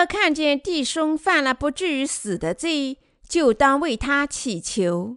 若看见弟兄犯了不至于死的罪，就当为他祈求。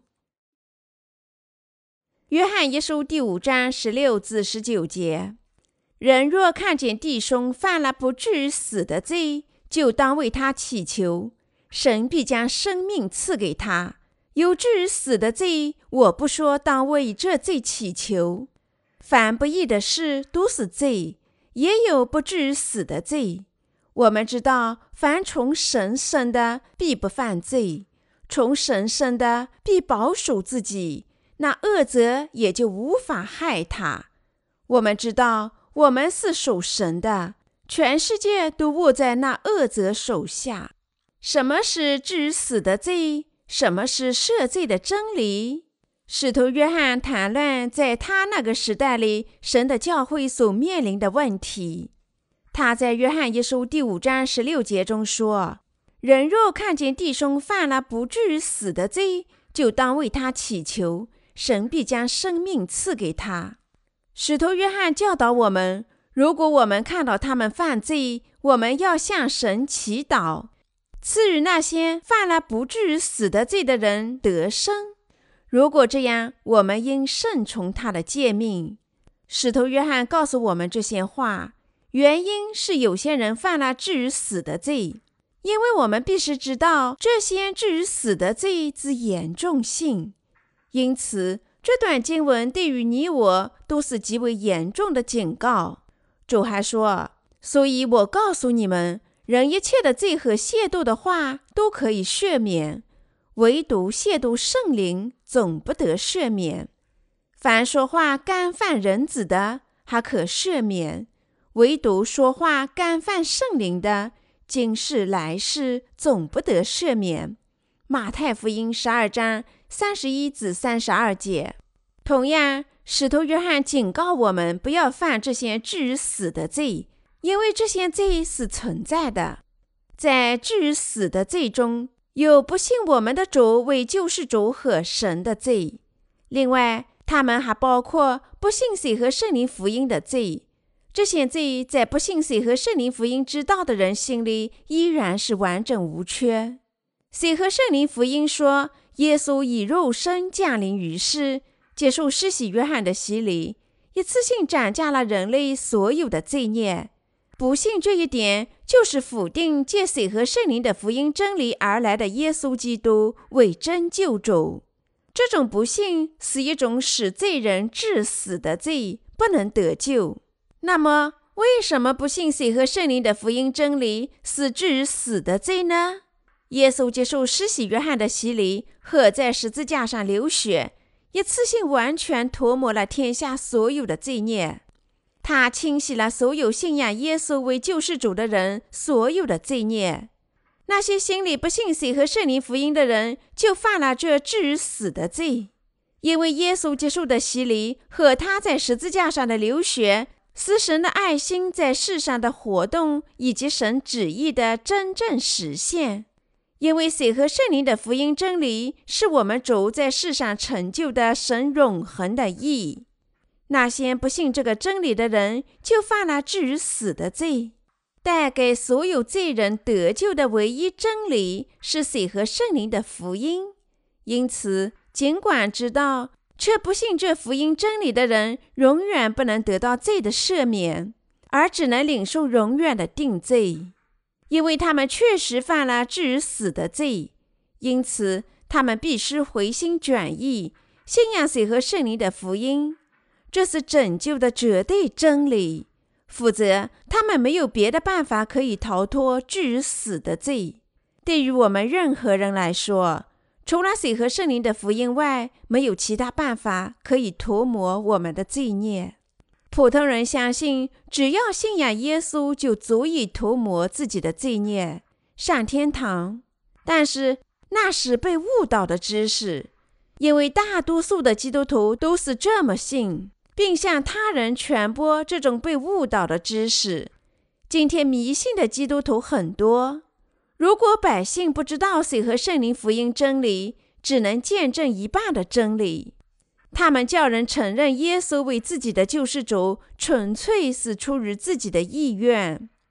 约翰一书第5章16至19节，人若看见弟兄犯了不至于死的罪，就当为他祈求，神必将生命赐给他。有至于死的罪，我不说当为这罪祈求。凡不义的事都是罪，也有不至于死的罪。我们知道，凡从神生的必不犯罪，从神生的必保守自己，那恶者也就无法害他。我们知道，我们是属神的，全世界都握在那恶者手下。什么是至于死的罪？什么是赦罪的真理？使徒约翰谈论在他那个时代里神的教会所面临的问题。他在约翰一书第5章16节中说，人若看见弟兄犯了不至于死的罪，就当为他祈求，神必将生命赐给他。使徒约翰教导我们，如果我们看到他们犯罪，我们要向神祈祷，赐予那些犯了不至于死的罪的人得生。如果这样，我们应顺从他的诫命。使徒约翰告诉我们这些话，原因是有些人犯了至于死的罪，因为我们必须知道这些至于死的罪之严重性。因此，这段经文对于你我都是极为严重的警告。主还说，所以我告诉你们，人一切的罪和亵渎的话都可以赦免，唯独亵渎圣灵总不得赦免。凡说话干犯人子的还可赦免，唯独说话干犯圣灵的，今世来世总不得赦免。马太福音12章31至32节。同样，使徒约翰警告我们不要犯这些至于死的罪，因为这些罪是存在的。在至于死的罪中，有不信我们的主为救世主和神的罪。另外，他们还包括不信水和圣灵福音的罪。这些罪在不信水和圣灵福音之道的人心里依然是完整无缺。水和圣灵福音说，耶稣以肉身降临于世，接受施洗约翰的洗礼，一次性斩价了人类所有的罪孽。不信这一点，就是否定借水和圣灵的福音真理而来的耶稣基督为真救主。这种不信是一种使罪人致死的罪，不能得救。那么，为什么不信水和圣灵的福音真理是至于死的罪呢？耶稣接受施洗约翰的洗礼和在十字架上流血，一次性完全涂抹了天下所有的罪孽。他清洗了所有信仰耶稣为救世主的人所有的罪孽。那些心里不信水和圣灵福音的人，就犯了这至于死的罪。因为耶稣接受的洗礼和他在十字架上的流血，是神的爱心在世上的活动，以及神旨意的真正实现。因为水和圣灵的福音真理是我们主在世上成就的神永恒的义。那些不信这个真理的人，就犯了至于死的罪。带给所有罪人得救的唯一真理是水和圣灵的福音。因此，尽管知道却不信这福音真理的人永远不能得到罪的赦免，而只能领受永远的定罪，因为他们确实犯了至于死的罪。因此，他们必须回心转意，信仰水和圣灵的福音。这是拯救的绝对真理，否则他们没有别的办法可以逃脱至于死的罪。对于我们任何人来说，除了水和圣灵的福音外，没有其他办法可以涂抹我们的罪孽。普通人相信，只要信仰耶稣就足以涂抹自己的罪孽，上天堂。但是那是被误导的知识，因为大多数的基督徒都是这么信，并向他人传播这种被误导的知识。今天迷信的基督徒很多。如果百姓不知道水和圣灵福音真理，只能见证一半的真理。他们叫人承认耶稣为自己的救世主，纯粹是出于自己的意愿。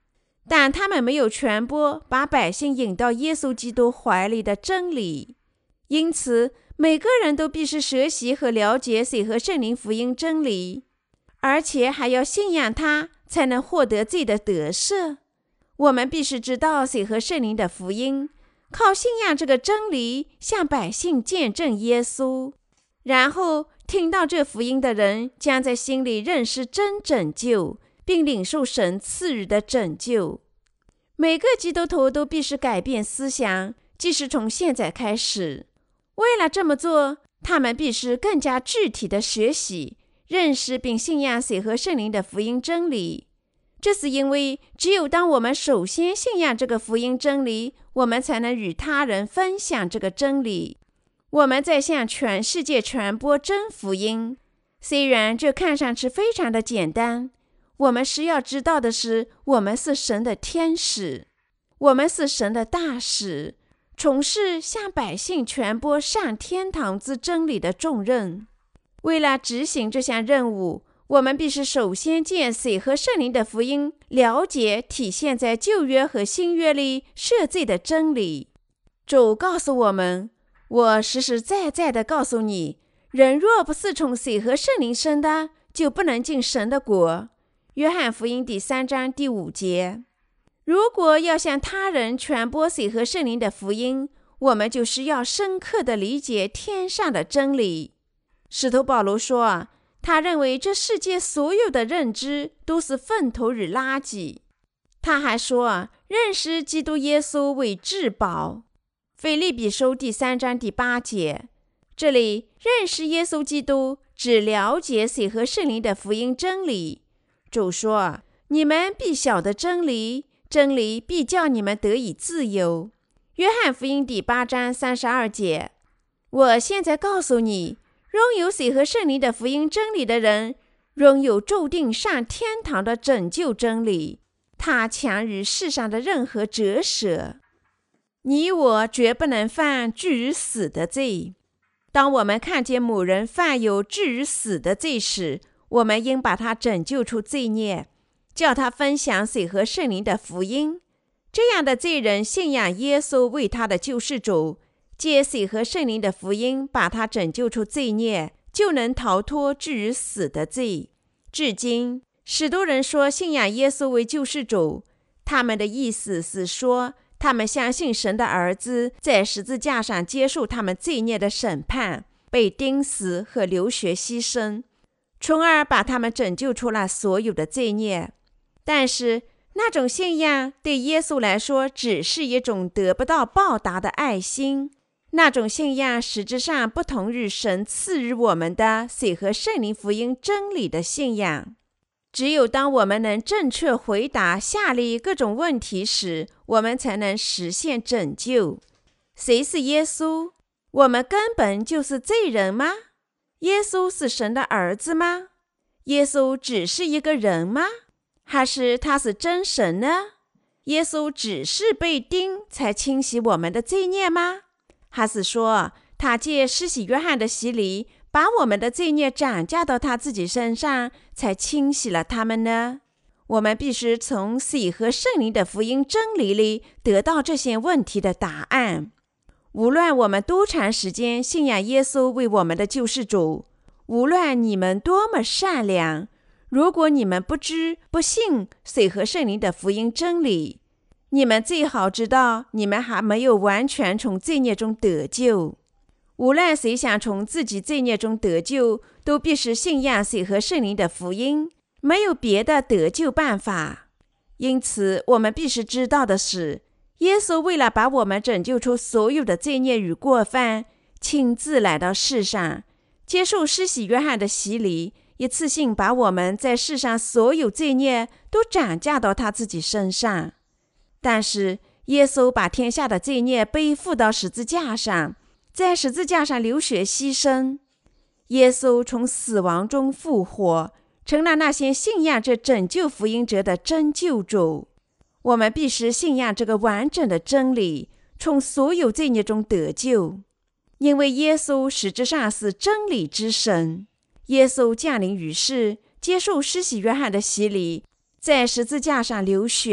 但他们没有传播把百姓引到耶稣基督怀里的真理。因此，每个人都必须学习和了解水和圣灵福音真理，而且还要信仰它，才能获得罪的得赦。我们必须知道水和圣灵的福音，靠信仰这个真理，向百姓见证耶稣。然后，听到这福音的人将在心里认识真拯救，并领受神赐予的拯救。每个基督徒都必须改变思想，即使从现在开始。为了这么做，他们必须更加具体的学习、认识并信仰水和圣灵的福音真理。这是因为，只有当我们首先信仰这个福音真理，我们才能与他人分享这个真理。我们在向全世界传播真福音。虽然这看上去非常的简单，我们需要知道的是，我们是神的天使，我们是神的大使，从事向百姓传播上天堂之真理的重任。为了执行这项任务，我们必须首先借水和圣灵的福音，了解体现在旧约和新约里赦罪的真理。主告诉我们，我实实在在地告诉你，人若不是从水和圣灵生的，就不能进神的国。约翰福音第3章第5节。如果要向他人传播水和圣灵的福音，我们就需要深刻地理解天上的真理。使徒保罗说，他认为这世界所有的认知都是粪土与垃圾。他还说，认识基督耶稣为至宝。腓立比书第3章第8节。这里认识耶稣基督，只了解水和圣灵的福音真理。主说，你们必晓得真理，真理必叫你们得以自由。约翰福音第8章32节。我现在告诉你，拥有水和圣灵的福音真理的人，拥有注定上天堂的拯救真理，它强于世上的任何折舍。你我绝不能犯至于死的罪。当我们看见某人犯有至于死的罪时，我们应把他拯救出罪孽，叫他分享水和圣灵的福音。这样的罪人信仰耶稣为他的救世主，借水和圣灵的福音把他拯救出罪孽，就能逃脱至于死的罪。至今，许多人说信仰耶稣为救世主，他们的意思是说，他们相信神的儿子在十字架上接受他们罪孽的审判，被钉死和流血牺牲，从而把他们拯救出了所有的罪孽。但是，那种信仰对耶稣来说只是一种得不到报答的爱心。那种信仰实质上不同于神赐予我们的水和圣灵福音真理的信仰。只有当我们能正确回答下列各种问题时，我们才能实现拯救。谁是耶稣？我们根本就是罪人吗？耶稣是神的儿子吗？耶稣只是一个人吗？还是他是真神呢？耶稣只是被钉才清洗我们的罪孽吗？还是说他借施洗约翰的洗礼，把我们的罪孽转嫁到他自己身上，才清洗了他们呢？我们必须从水和圣灵的福音真理里得到这些问题的答案。无论我们多长时间信仰耶稣为我们的救世主，无论你们多么善良，如果你们不知不信水和圣灵的福音真理，你们最好知道你们还没有完全从罪孽中得救。无论谁想从自己罪孽中得救，都必须信仰水和圣灵的福音，没有别的得救办法。因此，我们必须知道的是，耶稣为了把我们拯救出所有的罪孽与过犯，亲自来到世上，接受施洗约翰的洗礼，一次性把我们在世上所有罪孽都转嫁到他自己身上。但是，耶稣把天下的罪孽背负到十字架上，在十字架上流血牺牲。耶稣从死亡中复活，成了那些信仰这拯救福音者的真救主。我们必须信仰这个完整的真理，从所有罪孽中得救。因为耶稣实质上是真理之神。耶稣降临于世，接受施洗约翰的洗礼，在十字架上流血，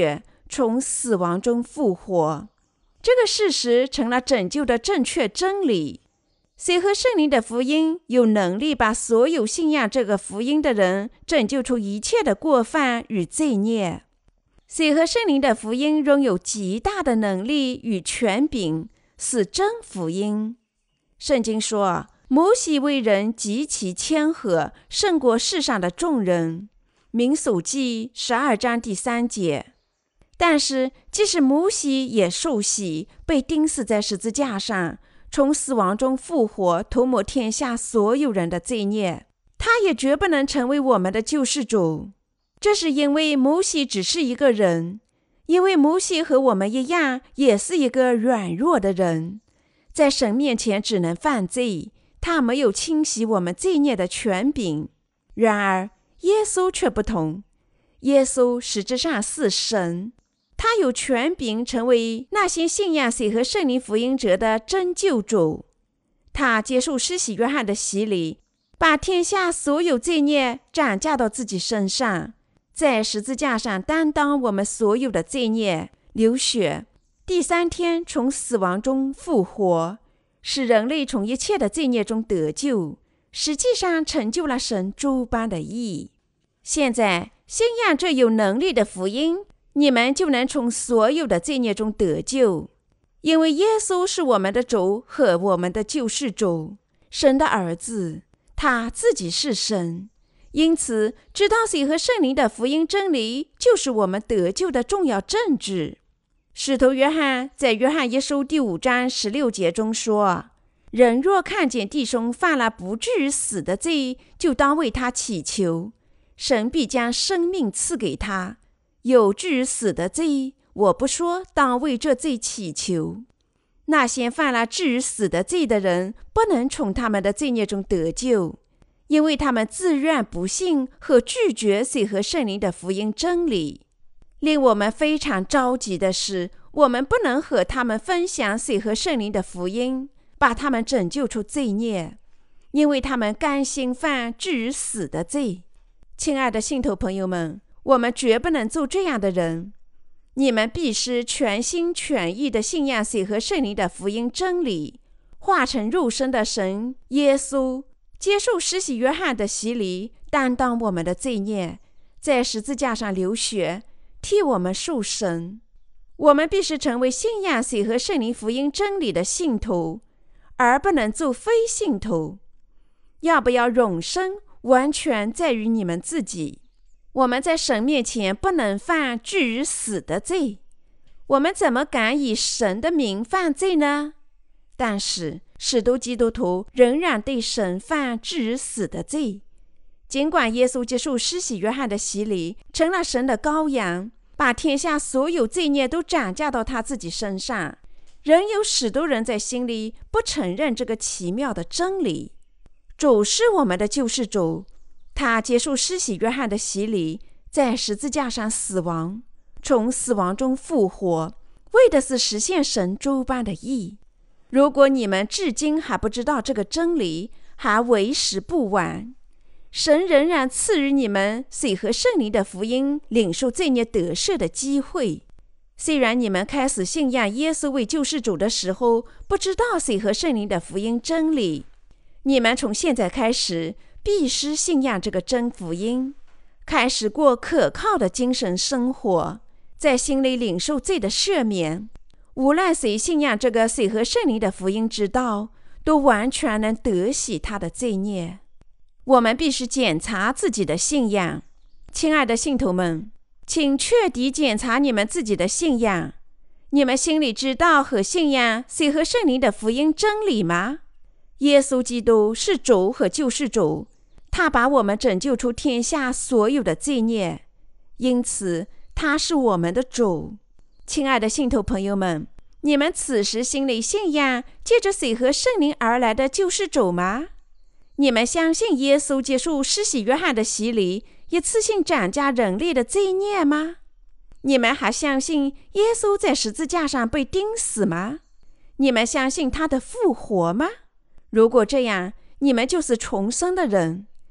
从死亡中复活。这个事实成了拯救的正确真理。水和圣灵的福音有能力把所有信仰这个福音的人拯救出一切的过犯与罪孽。水和圣灵的福音拥有极大的能力与权柄，是真福音。圣经说，摩西为人极其谦和，胜过世上的众人。民数记12章第3节。但是即使摩西也受洗，被钉死在十字架上，从死亡中复活，涂抹天下所有人的罪孽，他也绝不能成为我们的救世主。这是因为摩西只是一个人，因为摩西和我们一样，也是一个软弱的人，在神面前只能犯罪，他没有清洗我们罪孽的权柄。然而耶稣却不同，耶稣实质上是神，他有权柄成为那些信仰水和圣灵福音者的真救主。他接受施洗约翰的洗礼，把天下所有罪孽转嫁到自己身上，在十字架上担当我们所有的罪孽，流血，第3天从死亡中复活，使人类从一切的罪孽中得救，实际上成就了神诸般的义。现在信仰这有能力的福音，你们就能从所有的罪孽中得救，因为耶稣是我们的主和我们的救世主，神的儿子，他自己是神。因此知道水和圣灵的福音真理，就是我们得救的重要证据。使徒约翰在约翰一书第5章16节中说，人若看见弟兄犯了不至于死的罪，就当为他祈求，神必将生命赐给他。有至于死的罪，我不说当为这罪祈求。那些犯了至于死的罪的人，不能从他们的罪孽中得救，因为他们自愿不信和拒绝水和圣灵的福音真理。令我们非常着急的是，我们不能和他们分享水和圣灵的福音，把他们拯救出罪孽，因为他们甘心犯至于死的罪。亲爱的信徒朋友们，我们绝不能做这样的人。你们必须全心全意地信仰水和圣灵的福音真理，化成肉身的神耶稣，接受施洗约翰的洗礼，担当我们的罪孽，在十字架上流血，替我们受审。我们必须成为信仰水和圣灵福音真理的信徒，而不能做非信徒。要不要永生，完全在于你们自己。我们在神面前不能犯至于死的罪，我们怎么敢以神的名犯罪呢？但是许多基督徒仍然对神犯至于死的罪。尽管耶稣接受施洗约翰的洗礼，成了神的羔羊，把天下所有罪孽都转嫁到他自己身上，仍有许多人在心里不承认这个奇妙的真理。主是我们的救世主，他接受施洗约翰的洗礼，在十字架上死亡，从死亡中复活，为的是实现神诸般的义。如果你们至今还不知道这个真理，还为时不晚。神仍然赐予你们水和圣灵的福音领受罪孽得赦的机会。虽然你们开始信仰耶稣为救世主的时候，不知道水和圣灵的福音真理，你们从现在开始必须信仰这个真福音，开始过可靠的精神生活，在心里领受罪的赦免。无论谁信仰这个水和圣灵的福音之道，都完全能得洗他的罪孽。我们必须检查自己的信仰。亲爱的信徒们，请彻底检查你们自己的信仰。你们心里知道和信仰水和圣灵的福音真理吗？耶稣基督是主和救世主，他把我们拯救出天下所有的罪孽，因此他是我们的主。亲爱的信徒朋友们，你们此时心里信仰借着水和圣灵而来的救世主吗？你们相信耶稣接受施洗约翰的洗礼，一次性斩下人类的罪孽吗？你们还相信耶稣在十字架上被钉死吗？你们相信他的复活吗？如果这样，你们就是重生的人。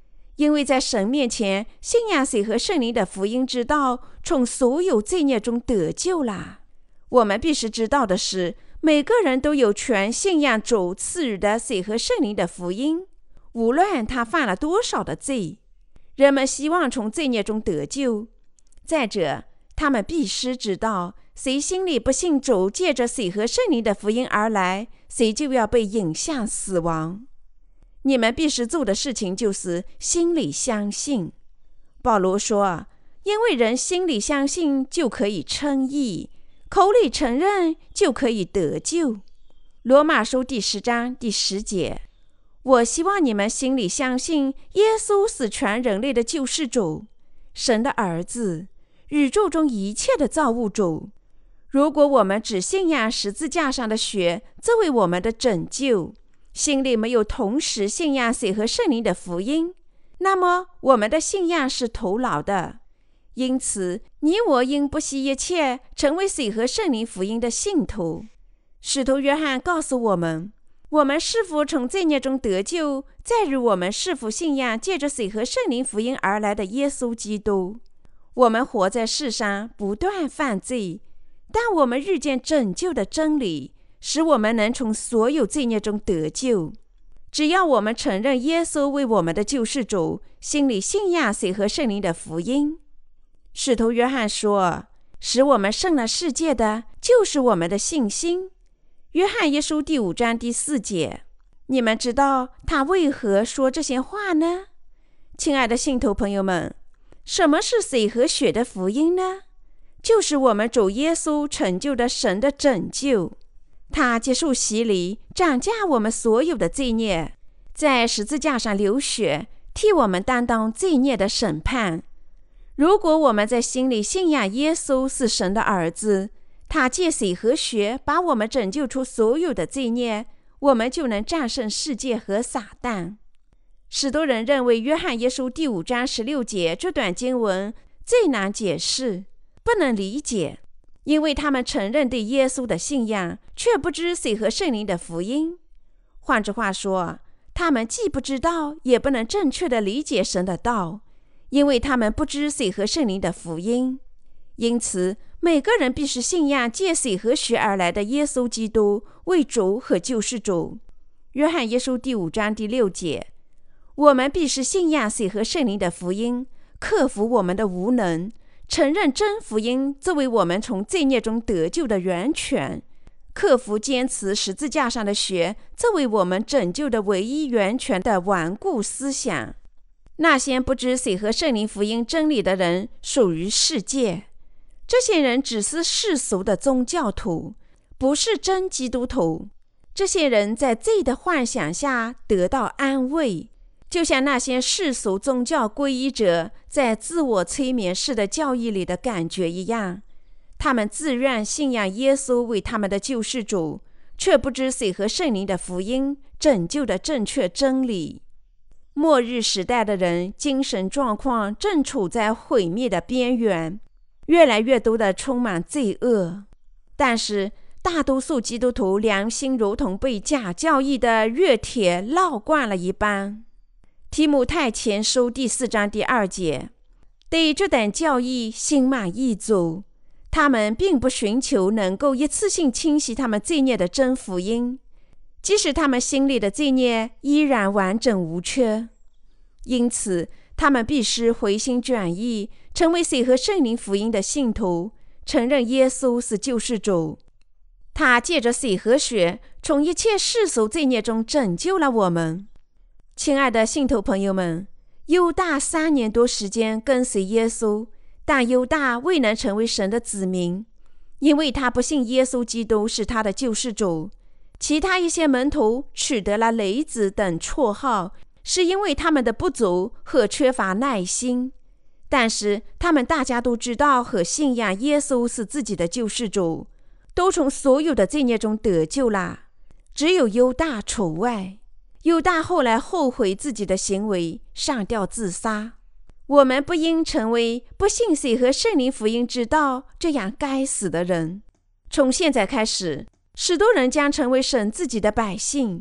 因为在神面前信仰水和圣灵的福音之道，从所有罪孽中得救啦。我们必须知道的是，每个人都有权信仰主赐予的水和圣灵的福音，无论他犯了多少的罪。人们希望从罪孽中得救，再者，他们必须知道，谁心里不信主借着水和圣灵的福音而来，谁就要被引向死亡。你们必须做的事情就是心里相信。保罗说，因为人心里相信就可以称义，口里承认就可以得救。罗马书第10章第10节。我希望你们心里相信耶稣是全人类的救世主，神的儿子，宇宙中一切的造物主。如果我们只信仰十字架上的血作为我们的拯救，心里没有同时信仰水和圣灵的福音，那么我们的信仰是徒劳的。因此，你我应不惜一切成为水和圣灵福音的信徒。使徒约翰告诉我们，我们是否从罪孽中得救，在于我们是否信仰借着水和圣灵福音而来的耶稣基督。我们活在世上不断犯罪，但我们遇见拯救的真理，使我们能从所有罪孽中得救。只要我们承认耶稣为我们的救世主，心里信仰水和圣灵的福音。使徒约翰说，使我们胜了世界的就是我们的信心。约翰一书第5章第4节。你们知道他为何说这些话呢？亲爱的信徒朋友们，什么是水和血的福音呢？就是我们主耶稣成就的神的拯救。他接受洗礼，斩价我们所有的罪孽，在十字架上流血，替我们担当罪孽的审判。如果我们在心里信仰耶稣是神的儿子，他借水和血把我们拯救出所有的罪孽，我们就能战胜世界和撒旦。许多人认为约翰一书第5章16节这段经文最难解释，不能理解，因为他们承认对耶稣的信仰，却不知水和圣灵的福音。换句话说，他们既不知道，也不能正确地理解神的道，因为他们不知水和圣灵的福音。因此，每个人必须信仰借水和血而来的耶稣基督为主和救世主。约翰一书第5章第6节。我们必须信仰水和圣灵的福音，克服我们的无能，承认真福音作为我们从罪孽中得救的源泉，克服坚持十字架上的血作为我们拯救的唯一源泉的顽固思想。那些不知水和圣灵福音真理的人属于世界，这些人只是世俗的宗教徒，不是真基督徒。这些人在罪的幻想下得到安慰，就像那些世俗宗教皈依者在自我催眠式的教义里的感觉一样。他们自愿信仰耶稣为他们的救世主，却不知水和圣灵的福音拯救的正确真理。末日时代的人精神状况正处在毁灭的边缘，越来越多的充满罪恶，但是大多数基督徒良心如同被假教义的越铁烙惯了一般。提摩太前书第4章第2节。对这等教义心满意足，他们并不寻求能够一次性清洗他们罪孽的真福音，即使他们心里的罪孽依然完整无缺。因此他们必须回心转意，成为水和圣灵福音的信徒，承认耶稣是救世主。他借着水和血从一切世俗罪孽中拯救了我们。亲爱的信徒朋友们，犹大3年多时间跟随耶稣，但犹大未能成为神的子民，因为他不信耶稣基督是他的救世主。其他一些门徒取得了雷子等绰号，是因为他们的不足和缺乏耐心，但是他们大家都知道和信仰耶稣是自己的救世主，都从所有的罪孽中得救了，只有犹大除外。犹大后来后悔自己的行为，上吊自杀。我们不应成为不信水和圣灵福音之道这样该死的人。从现在开始，许多人将成为神自己的百姓，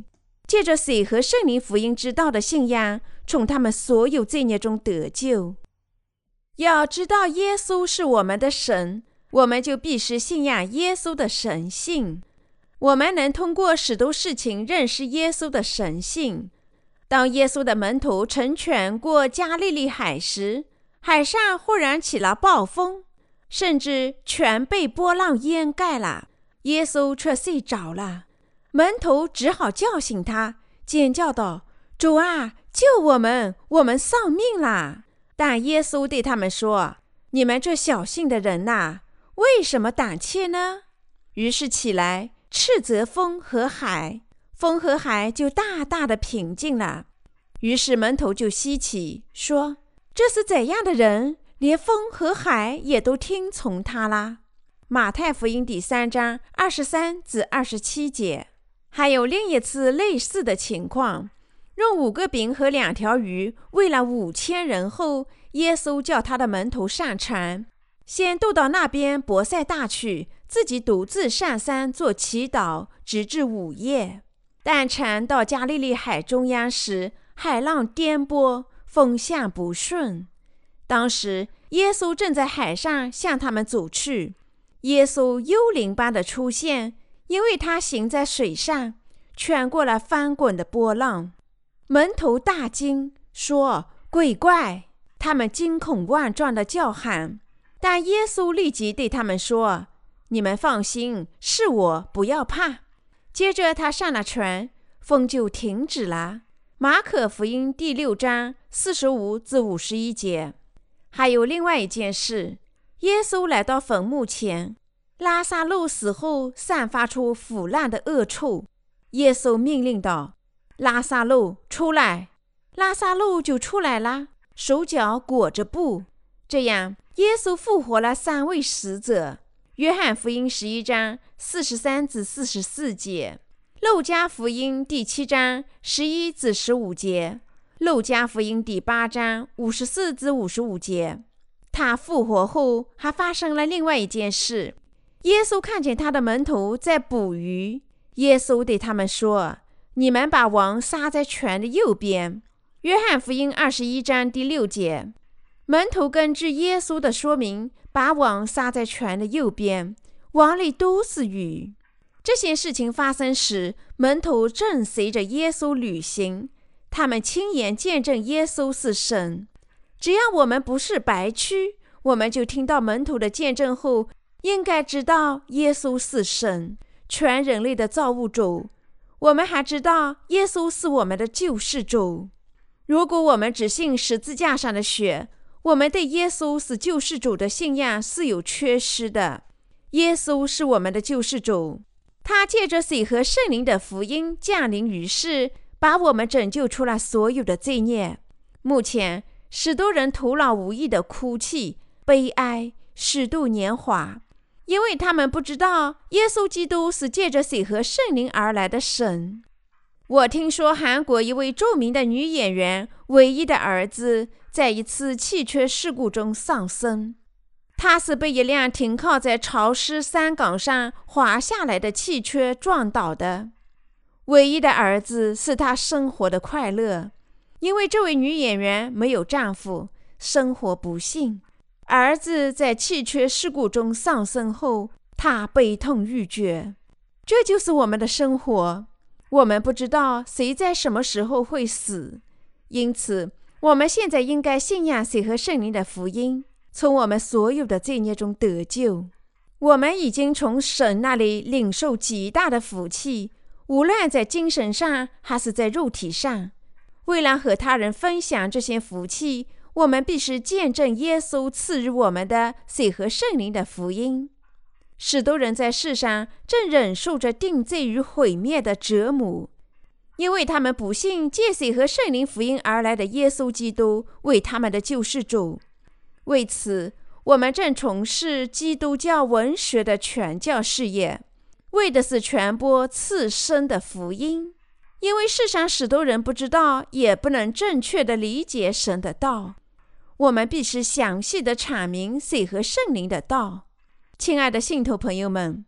借着水和圣灵福音之道的信仰，从他们所有罪孽中得救。要知道耶稣是我们的神，我们就必须信仰耶稣的神性。我们能通过许多事情认识耶稣的神性。当耶稣的门徒乘船过加利利海时，海上忽然起了暴风，甚至全被波浪淹盖了。耶稣却睡着了，门徒只好叫醒他，尖叫道：主啊，救我们，我们丧命了。但耶稣对他们说：你们这小信的人哪，为什么胆怯呢？于是起来斥责风和海，风和海就大大的平静了。于是门徒就稀奇，说：这是怎样的人，连风和海也都听从他啦？马太福音第3章23至27节。还有另一次类似的情况，用5个饼和2条鱼喂了5000人后，耶稣叫他的门徒上船，先渡到那边伯赛大去，自己独自上山做祈祷，直至午夜。但船到加利利海中央时，海浪颠簸，风向不顺。当时耶稣正在海上向他们走去。耶稣幽灵般的出现，因为他行在水上，穿过了翻滚的波浪。门徒大惊，说：鬼怪！他们惊恐万状地叫喊。但耶稣立即对他们说：你们放心，是我，不要怕。接着他上了船，风就停止了。马可福音第6章45至51节。还有另外一件事，耶稣来到坟墓前，拉撒路死后散发出腐烂的恶臭。耶稣命令道：拉撒路出来。拉撒路就出来了，手脚裹着布。这样耶稣复活了3位死者。约翰福音11章43至44节，路加福音第7章11至15节，路加福音第8章54至55节。他复活后还发生了另外一件事。耶稣看见他的门徒在捕鱼，耶稣对他们说：你们把网撒在船的右边。约翰福音21章第6节。门徒根据耶稣的说明，把网撒在船的右边，网里都是鱼。这些事情发生时，门徒正随着耶稣旅行，他们亲眼见证耶稣是神。只要我们不是白痴，我们就听到门徒的见证后，应该知道耶稣是神，全人类的造物主。我们还知道耶稣是我们的救世主。如果我们只信十字架上的血，我们对耶稣是救世主的信仰是有缺失的。耶稣是我们的救世主，他借着水和圣灵的福音降临于世，把我们拯救出了所有的罪孽。目前许多人徒劳无益的哭泣、悲哀、虚度年华，因为他们不知道耶稣基督是借着水和圣灵而来的神。我听说韩国一位著名的女演员唯一的儿子在一次汽车事故中丧生。他是被一辆停靠在潮湿山岗上滑下来的汽车撞倒的。唯一的儿子是她生活的快乐，因为这位女演员没有丈夫，生活不幸。儿子在汽车事故中丧生后，她悲痛欲绝。这就是我们的生活。我们不知道谁在什么时候会死，因此我们现在应该信仰水和圣灵的福音，从我们所有的罪孽中得救。我们已经从神那里领受极大的福气，无论在精神上还是在肉体上。为了和他人分享这些福气，我们必须见证耶稣赐予我们的水和圣灵的福音。许多人在世上正忍受着定罪与毁灭的折磨，因为他们不信借水和圣灵福音而来的耶稣基督为他们的救世主。为此，我们正从事基督教文学的传教事业，为的是传播赐生的福音。因为世上许多人不知道，也不能正确地理解神的道，我们必须详细地阐明水和圣灵的道。亲爱的信徒朋友们，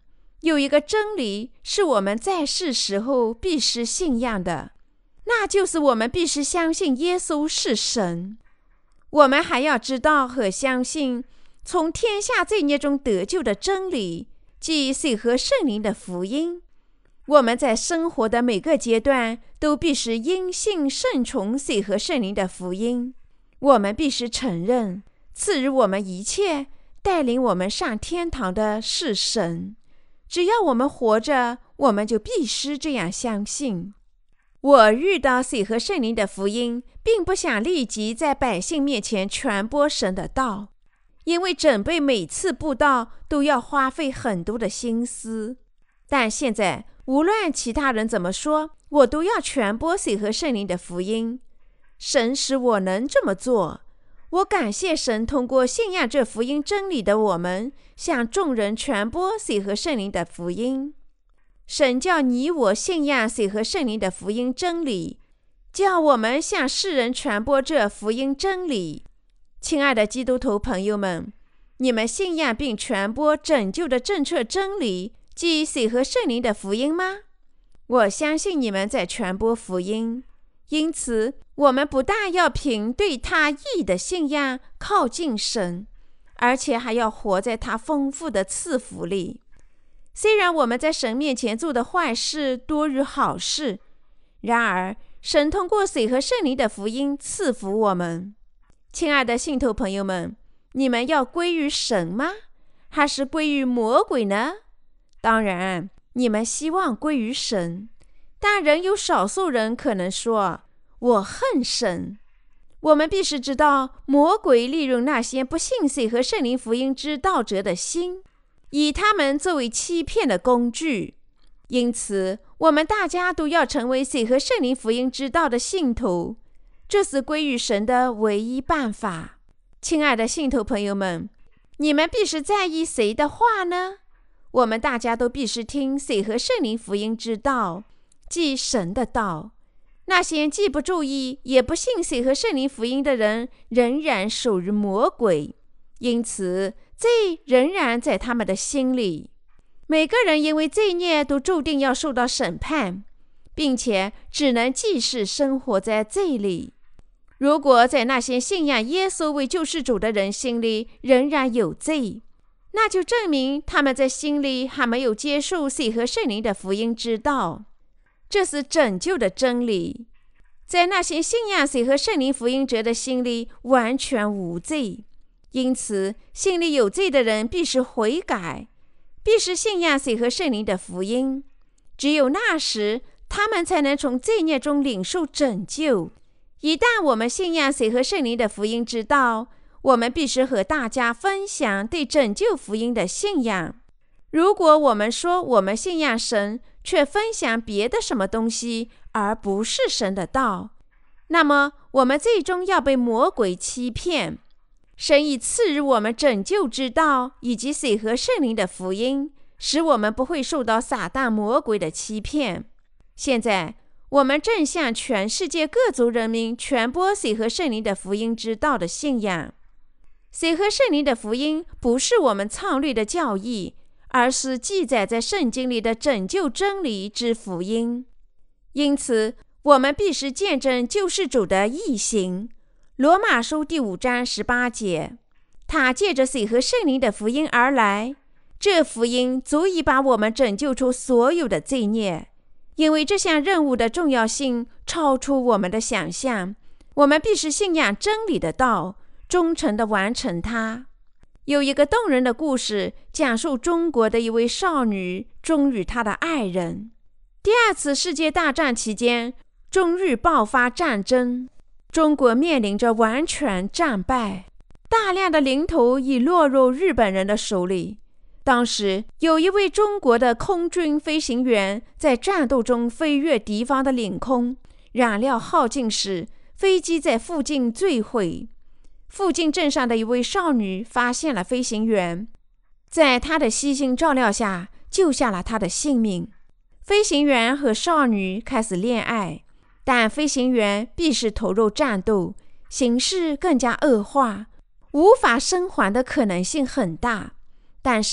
有一个真理是我们在世时候必须信仰的，那就是我们必须相信耶稣是神。我们还要知道和相信从天下罪孽中得救的真理，即水和圣灵的福音。我们在生活的每个阶段都必须因信顺从水和圣灵的福音。我们必须承认，赐予我们一切、带领我们上天堂的是神。只要我们活着，我们就必须这样相信。我遇到水和圣灵的福音，并不想立即在百姓面前传播神的道，因为准备每次布道都要花费很多的心思。但现在无论其他人怎么说，我都要传播水和圣灵的福音。神使我能这么做，我感谢神通过信仰这福音真理的我们，向众人传播水和圣灵的福音。神叫你我信仰水和圣灵的福音真理，叫我们向世人传播这福音真理。亲爱的基督徒朋友们，你们信仰并传播拯救的正确真理，即水和圣灵的福音吗？我相信你们在传播福音，因此我们不但要凭对他义的信仰靠近神，而且还要活在他丰富的赐福里。虽然我们在神面前做的坏事多于好事，然而神通过水和圣灵的福音赐福我们。亲爱的信徒朋友们，你们要归于神吗？还是归于魔鬼呢？当然，你们希望归于神，但仍有少数人可能说，我恨神。我们必须知道，魔鬼利用那些不信水和圣灵福音之道者的心，以他们作为欺骗的工具。因此，我们大家都要成为水和圣灵福音之道的信徒，这是归于神的唯一办法。亲爱的信徒朋友们，你们必须在意谁的话呢？我们大家都必须听水和圣灵福音之道，即神的道。那些既不注意也不信水和圣灵福音的人，仍然属于魔鬼，因此罪仍然在他们的心里。每个人因为罪孽都注定要受到审判，并且只能继续生活在罪里。如果在那些信仰耶稣为救世主的人心里仍然有罪，那就证明他们在心里还没有接受水和圣灵的福音之道。这是拯救的真理。在那些信仰水和圣灵福音者的心里完全无罪，因此心里有罪的人必须悔改，必须信仰水和圣灵的福音。只有那时，他们才能从罪孽中领受拯救。一旦我们信仰水和圣灵的福音之道，我们必须和大家分享对拯救福音的信仰。如果我们说我们信仰神，却分享别的什么东西，而不是神的道，那么我们最终要被魔鬼欺骗。神已赐予我们拯救之道以及水和圣灵的福音，使我们不会受到撒旦魔鬼的欺骗。现在我们正向全世界各族人民传播水和圣灵的福音之道的信仰。水和圣灵的福音不是我们创立的教义，而是记载在圣经里的拯救真理之福音。因此，我们必须见证救世主的义行。罗马书第5章18节，他借着水和圣灵的福音而来，这福音足以把我们拯救出所有的罪孽。因为这项任务的重要性超出我们的想象，我们必须信仰真理的道，忠诚地完成它。有一个动人的故事，讲述中国的一位少女忠于她的爱人。第2次世界大战期间，中日爆发战争，中国面临着完全战败，大量的领土已落入日本人的手里。当时有一位中国的空军飞行员在战斗中飞越敌方的领空，燃料耗尽时，飞机在附近坠毁。附近镇上的一位少女发现了飞行员，在他的悉心照料下救下了他的性命。飞行员和少女开始恋爱，但飞行员必须投入战斗，形势更加恶化，无法生还的可能性很大。但是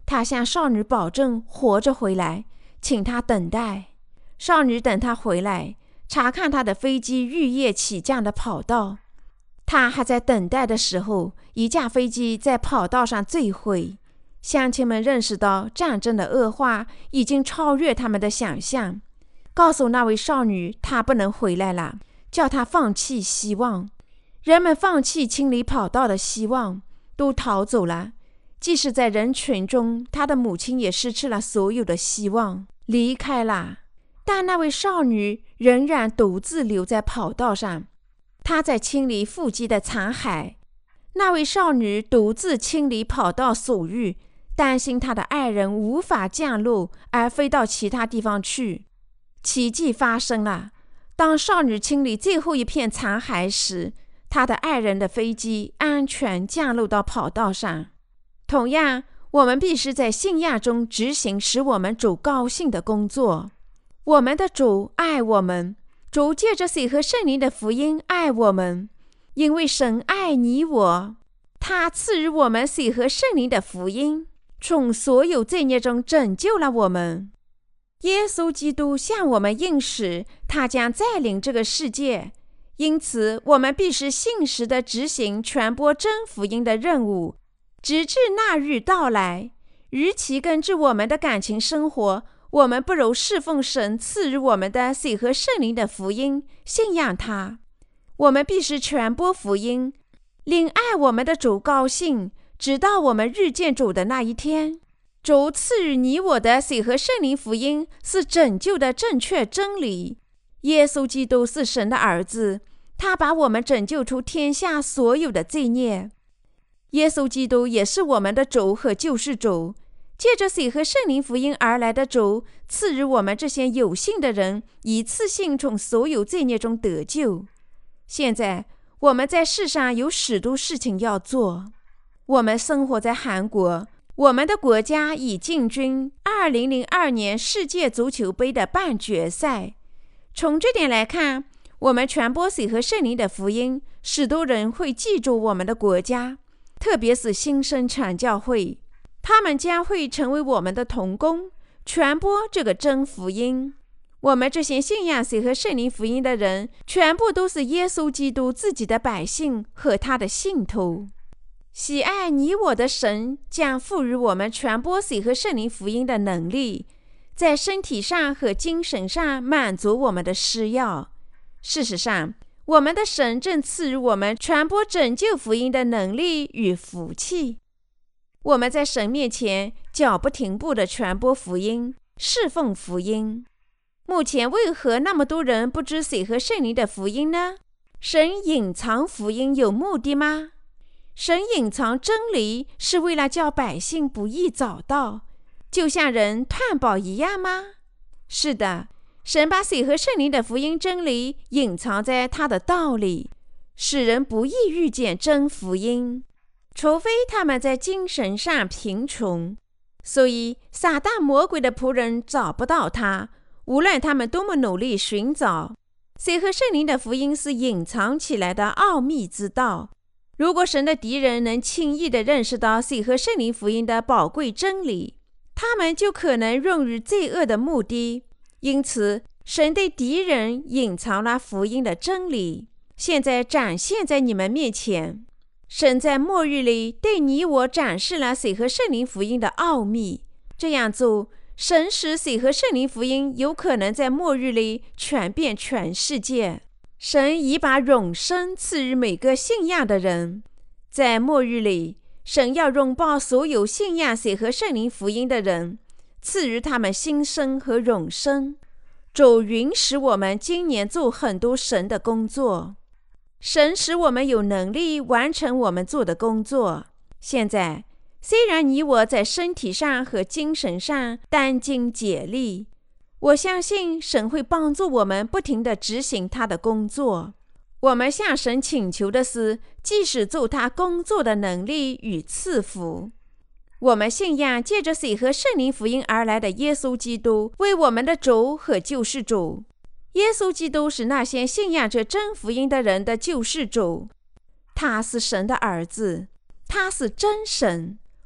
他向少女保证活着回来，请她等待。少女等他回来，查看他的飞机日夜起降的跑道。他还在等待的时候，一架飞机在跑道上坠毁。乡亲们认识到战争的恶化已经超越他们的想象，告诉那位少女她不能回来了，叫她放弃希望。人们放弃清理跑道的希望，都逃走了。即使在人群中，她的母亲也失去了所有的希望，离开了。但那位少女仍然独自留在跑道上，她在清理腹肌的残骸。那位少女独自清理跑道所遇，担心她的爱人无法降落而飞到其他地方去。奇迹发生了，当少女清理最后一片残骸时，她的爱人的飞机安全降落到跑道上。同样，我们必须在信仰中执行使我们主高兴的工作。我们的主爱我们，主借着水和圣灵的福音爱我们，因为神爱你我，他赐予我们水和圣灵的福音，从所有罪孽中拯救了我们。耶稣基督向我们应许，他将带领这个世界，因此我们必须信实地执行传播真福音的任务，直至那日到来。与其根据我们的感情生活，我们不如侍奉神赐予我们的水和圣灵的福音，信仰他。我们必须传播福音，令爱我们的主高兴，直到我们遇见主的那一天。主赐予你我的水和圣灵福音是拯救的正确真理。耶稣基督是神的儿子，他把我们拯救出天下所有的罪孽。耶稣基督也是我们的主和救世主。借着水和圣灵福音而来的主，赐予我们这些有信的人一次性从所有罪孽中得救。现在我们在世上有许多事情要做。我们生活在韩国，我们的国家已进军2002年世界足球杯的半决赛。从这点来看，我们传播水和圣灵的福音，许多人会记住我们的国家，特别是新生传教会。他们将会成为我们的同工，传播这个真福音。我们这些信仰水和圣灵福音的人，全部都是耶稣基督自己的百姓和他的信徒。喜爱你我的神将赋予我们传播水和圣灵福音的能力，在身体上和精神上满足我们的需要。事实上，我们的神正赐予我们传播拯救福音的能力与福气。我们在神面前脚不停步地传播福音，侍奉福音。目前为何那么多人不知水和圣灵的福音呢？神隐藏福音有目的吗？神隐藏真理是为了叫百姓不易找到，就像人探宝一样吗？是的，神把水和圣灵的福音真理隐藏在他的道里，使人不易遇见真福音，除非他们在精神上贫穷。所以撒旦魔鬼的仆人找不到他，无论他们多么努力寻找。水和圣灵的福音是隐藏起来的奥秘之道。如果神的敌人能轻易地认识到水和圣灵福音的宝贵真理，他们就可能用于罪恶的目的。因此神对敌人隐藏了福音的真理，现在展现在你们面前。神在末日里对你我展示了水和圣灵福音的奥秘。这样做，神使水和圣灵福音有可能在末日里传遍全世界。神已把永生赐予每个信仰的人。在末日里，神要拥抱所有信仰水和圣灵福音的人，赐予他们新生和永生。主允许我们今年做很多神的工作。神使我们有能力完成我们做的工作。现在，虽然你我在身体上和精神上殚精竭力，我相信神会帮助我们不停地执行他的工作。我们向神请求的是继续做他工作的能力与赐福。我们信仰借着水和圣灵福音而来的耶稣基督为我们的主和救世主。耶稣基督是那些信仰着真福音的人的救世主。他是神的儿子，他是真神。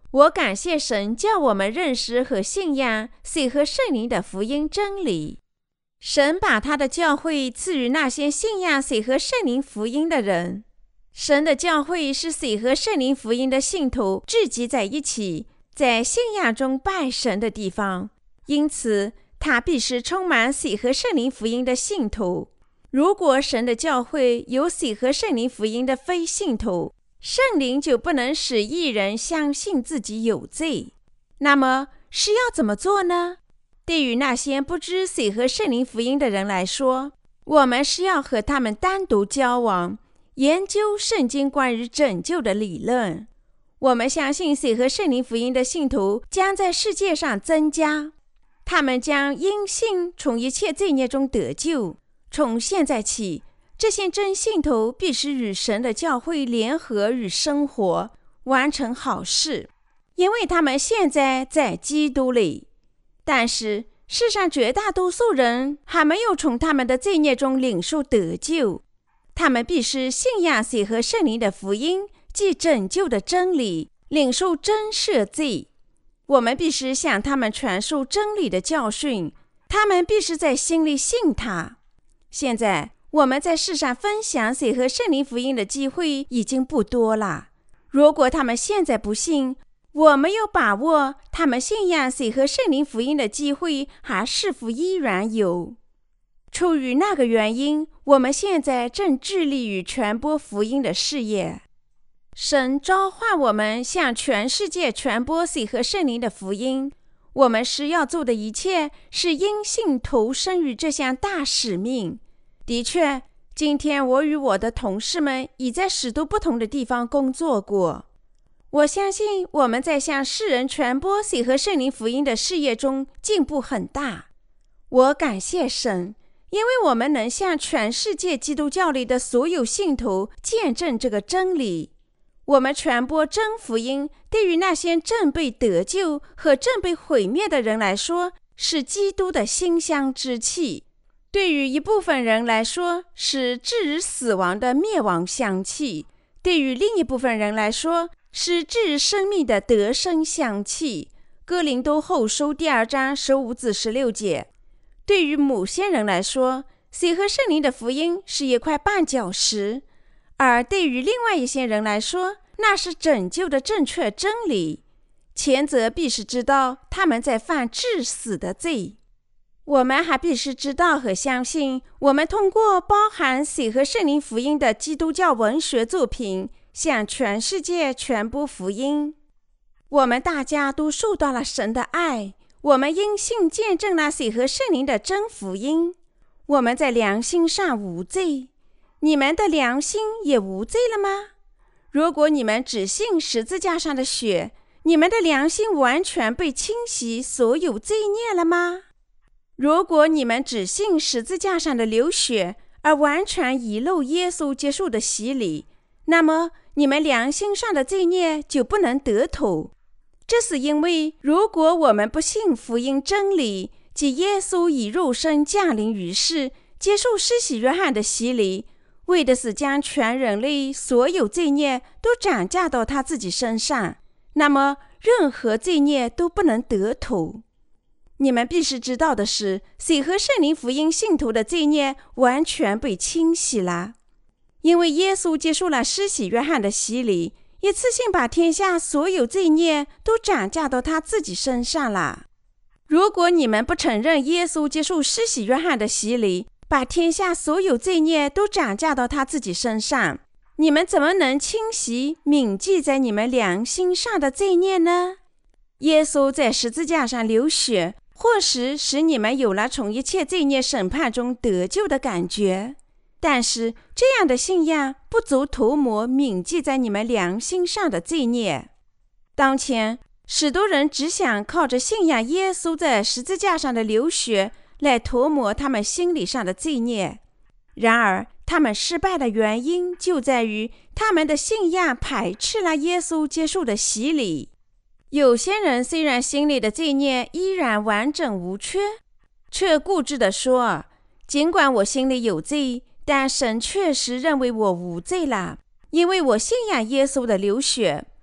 我感谢神叫我们认识和信仰水和圣灵的福音真理。神把他的教会赐予那些信仰水和圣灵福音的人。神的教会是水和圣灵福音的信徒聚集在一起，在信仰中拜神的地方，因此他必是充满水和圣灵福音的信徒。如果神的教会有水和圣灵福音的非信徒，圣灵就不能使义人相信自己有罪。那么是要怎么做呢？对于那些不知水和圣灵福音的人来说，我们是要和他们单独交往，研究圣经关于拯救的理论。我们相信水和圣灵福音的信徒将在世界上增加，他们将因信从一切罪孽中得救。从现在起，这些真信徒必须与神的教会联合与生活，完成好事，因为他们现在在基督里。但是世上绝大多数人还没有从他们的罪孽中领受得救，他们必须信仰水和圣灵的福音，即拯救的真理，领受真赦罪。我们必须向他们传授真理的教训，他们必须在心里信他。现在我们在世上分享水和圣灵福音的机会已经不多了。如果他们现在不信，我没有把握他们信仰水和圣灵福音的机会还是否依然有。出于那个原因，我们现在正致力于传播福音的事业。神召唤我们向全世界传播水和圣灵的福音，我们需要做的一切是因信投身于这项大使命。的确，今天我与我的同事们已在许多不同的地方工作过。我相信我们在向世人传播水和圣灵福音的事业中进步很大。我感谢神，因为我们能向全世界基督教里的所有信徒见证这个真理。我们传播真福音，对于那些正被得救和正被毁灭的人来说，是基督的馨香之气；对于一部分人来说，是置于死亡的灭亡香气；对于另一部分人来说，是置于生命的得生香气。哥林多后书2章15至16节。对于某些人来说，水和圣灵的福音是一块绊脚石，而对于另外一些人来说，那是拯救的正确真理。前者必须知道他们在犯致死的罪。我们还必须知道和相信，我们通过包含水和圣灵福音的基督教文学作品向全世界传播福音。我们大家都受到了神的爱，我们因信见证了水和圣灵的真福音。我们在良心上无罪，你们的良心也无罪了吗？如果你们只信十字架上的血，你们的良心完全被清洗所有罪孽了吗？如果你们只信十字架上的流血，而完全遗漏耶稣接受的洗礼，那么你们良心上的罪孽就不能得头。这是因为，如果我们不信福音真理，即耶稣以肉身降临于世，接受施洗约翰的洗礼，为的是将全人类所有罪孽都转嫁到他自己身上，那么任何罪孽都不能得头。你们必须知道的是，水和圣灵福音信徒的罪孽完全被清洗了，因为耶稣接受了施洗约翰的洗礼，一次性把天下所有罪孽都转嫁到他自己身上了。如果你们不承认耶稣接受施洗约翰的洗礼，把天下所有罪孽都转嫁到他自己身上，你们怎么能清洗铭记在你们良心上的罪孽呢？耶稣在十字架上流血，或许使你们有了从一切罪孽审判中得救的感觉，但是这样的信仰不足涂抹铭记在你们良心上的罪孽。当前许多人只想靠着信仰耶稣在十字架上的流血来涂抹他们心理上的罪孽，然而他们失败的原因就在于他们的信仰排斥了耶稣接受的洗礼。有些人虽然心里的罪孽依然完整无缺，却固执地说，尽管我心里有罪，但神确实认为我无罪了，因为我信仰耶稣的流血。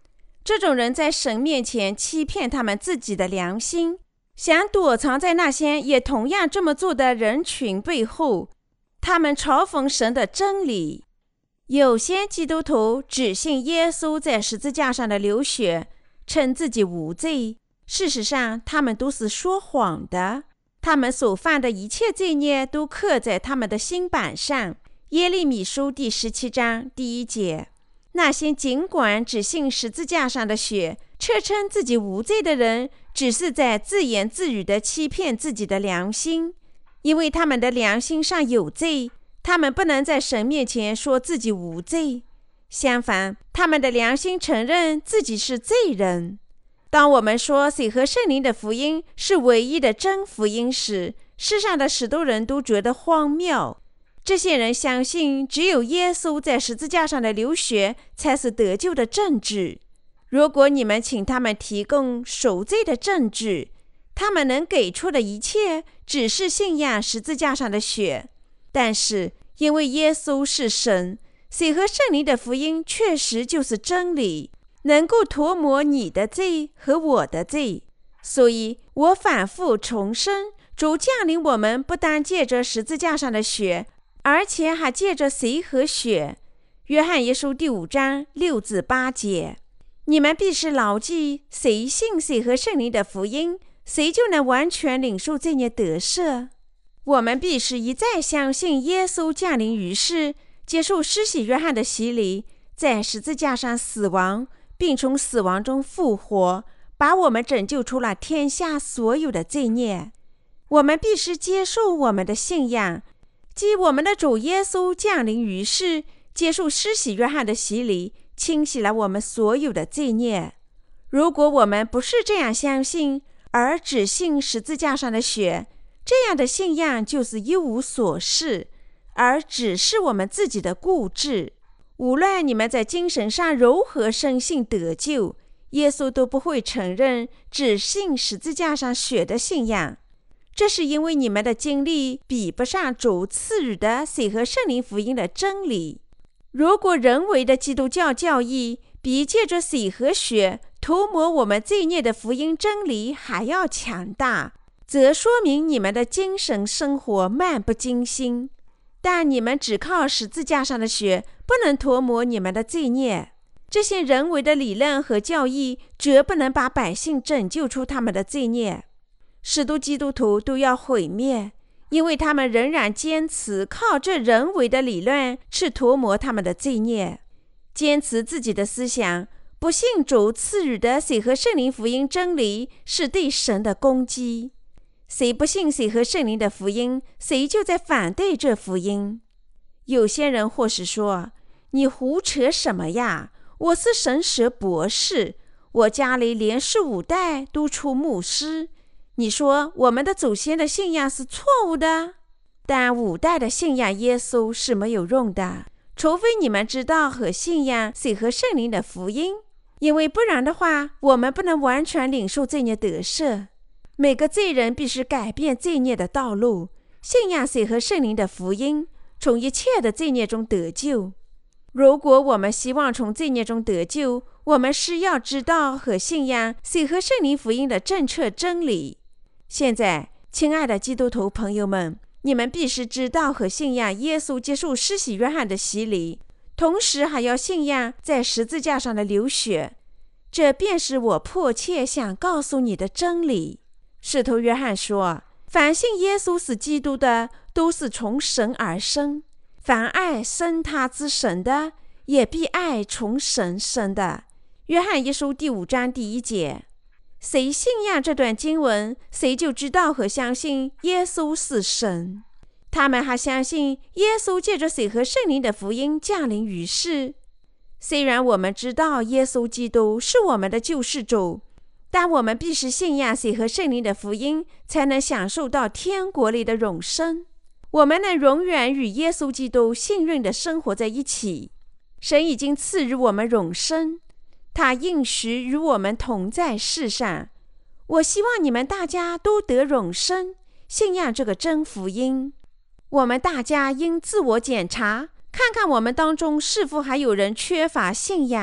这种人在神面前欺骗他们自己的良心，想躲藏在那些也同样这么做的人群背后。他们嘲讽神的真理。有些基督徒只信耶稣在十字架上的流血，称自己无罪。事实上，他们都是说谎的。他们所犯的一切罪孽都刻在他们的心板上。耶利米书第17章第1节。那些尽管只信十字架上的血，却称自己无罪的人，只是在自言自语地欺骗自己的良心，因为他们的良心上有罪，他们不能在神面前说自己无罪。相反，他们的良心承认自己是罪人。当我们说水和圣灵的福音是唯一的真福音时，世上的许多人都觉得荒谬。这些人相信只有耶稣在十字架上的流血才是得救的证据。如果你们请他们提供赎罪的证据，他们能给出的一切只是信仰十字架上的血。但是因为耶稣是神，水和圣灵的福音确实就是真理，能够涂抹你的罪和我的罪。所以我反复重申，主降临我们不单借着十字架上的血，而且还借着水和血。约翰一书第5章6至8节。你们必是牢记，谁信水和圣灵的福音，谁就能完全领受罪孽得赦。我们必是一再相信耶稣降临于世，接受施洗约翰的洗礼，在十字架上死亡，并从死亡中复活，把我们拯救出了天下所有的罪孽。我们必是接受我们的信仰，即我们的主耶稣降临于世，接受施洗约翰的洗礼，清洗了我们所有的罪孽。如果我们不是这样相信，而只信十字架上的血，这样的信仰就是一无所事，而只是我们自己的固执。无论你们在精神上如何深信得救，耶稣都不会承认只信十字架上血的信仰。这是因为你们的经历比不上主赐予的水和圣灵福音的真理。如果人为的基督教教义比借着水和血涂抹我们罪孽的福音真理还要强大，则说明你们的精神生活漫不经心。但你们只靠十字架上的血不能涂抹你们的罪孽。这些人为的理论和教义绝不能把百姓拯救出他们的罪孽。许多基督徒都要毁灭，因为他们仍然坚持靠这人为的理论去涂抹他们的罪孽，坚持自己的思想，不信主赐予的水和圣灵福音真理是对神的攻击。谁不信水和圣灵的福音，谁就在反对这福音。有些人或是说，你胡扯什么呀？我是神学博士，我家里连续5代都出牧师。你说我们的祖先的信仰是错误的？但5代的信仰耶稣是没有用的，除非你们知道和信仰水和圣灵的福音，因为不然的话，我们不能完全领受罪孽得赦。每个罪人必须改变罪孽的道路，信仰水和圣灵的福音，从一切的罪孽中得救。如果我们希望从罪孽中得救，我们是要知道和信仰水和圣灵福音的正确真理。现在，亲爱的基督徒朋友们，你们必须知道和信仰耶稣接受施洗约翰的洗礼，同时还要信仰在十字架上的流血。这便是我迫切想告诉你的真理。使徒约翰说，凡信耶稣是基督的，都是从神而生。凡爱生他之神的，也必爱从神生的。约翰一书第5章第1节。谁信仰这段经文，谁就知道和相信耶稣是神。他们还相信耶稣借着水和圣灵的福音降临于世。虽然我们知道耶稣基督是我们的救世主，但我们必须信仰水和圣灵的福音，才能享受到天国里的永生。我们能永远与耶稣基督幸运地生活在一起。神已经赐予我们永生，他应许与我们同在世上。我希望你们大家都得永生，信仰这个真福音。我们大家应自我检查，看看我们当中是否还有人缺乏信仰，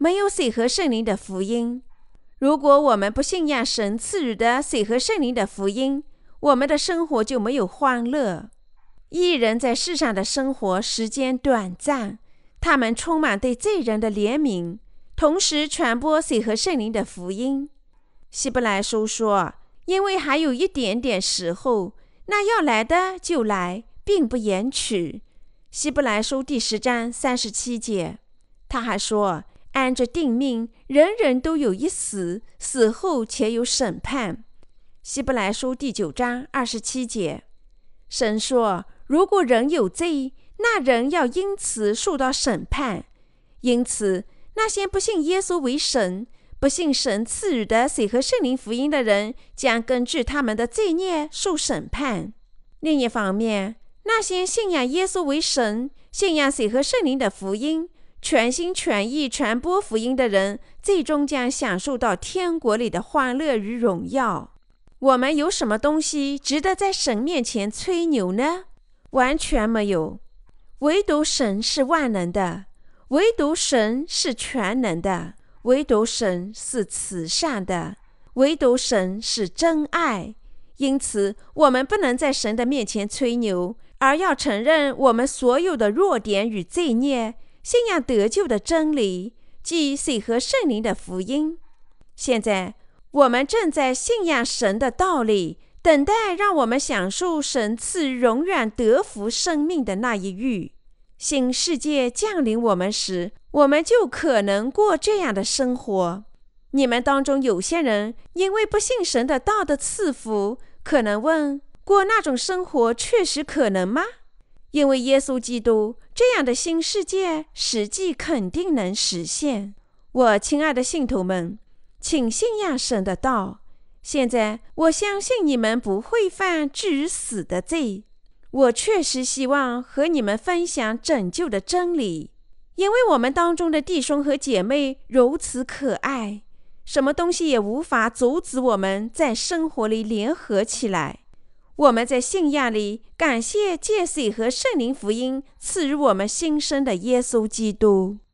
没有水和圣灵的福音。如果我们不信仰神赐予的水和圣灵的福音，我们的生活就没有欢乐。义人在世上的生活时间短暂，他们充满对罪人的怜悯，同时传播水和圣灵的福音。希伯来书说，因为还有一点点时候，那要来的就来，并不延迟。希伯来书第10章37节。他还说，按着定命，人人都有一死，死后且有审判。希伯来书第9章27节。神说，如果人有罪，那人要因此受到审判。因此，那些不信耶稣为神，不信神赐予的水和圣灵福音的人，将根据他们的罪孽受审判。另一方面，那些信仰耶稣为神，信仰水和圣灵的福音，全心全意传播福音的人，最终将享受到天国里的欢乐与荣耀。我们有什么东西值得在神面前吹牛呢？完全没有。唯独神是万能的，唯独神是全能的，唯独神是慈善的，唯独神是真爱。因此，我们不能在神的面前吹牛，而要承认我们所有的弱点与罪孽，信仰得救的真理，即水和圣灵的福音。现在，我们正在信仰神的道理，等待让我们享受神赐永远得福生命的那一日。新世界降临我们时，我们就可能过这样的生活。你们当中有些人因为不信神的道的赐福，可能问，过那种生活确实可能吗？因为耶稣基督，这样的新世界实际肯定能实现。我亲爱的信徒们，请信仰神的道。现在我相信你们不会犯至于死的罪。我确实希望和你们分享拯救的真理，因为我们当中的弟兄和姐妹如此可爱，什么东西也无法阻止我们在生活里联合起来。我们在信仰里感谢借水和圣灵福音赐予我们新生的耶稣基督。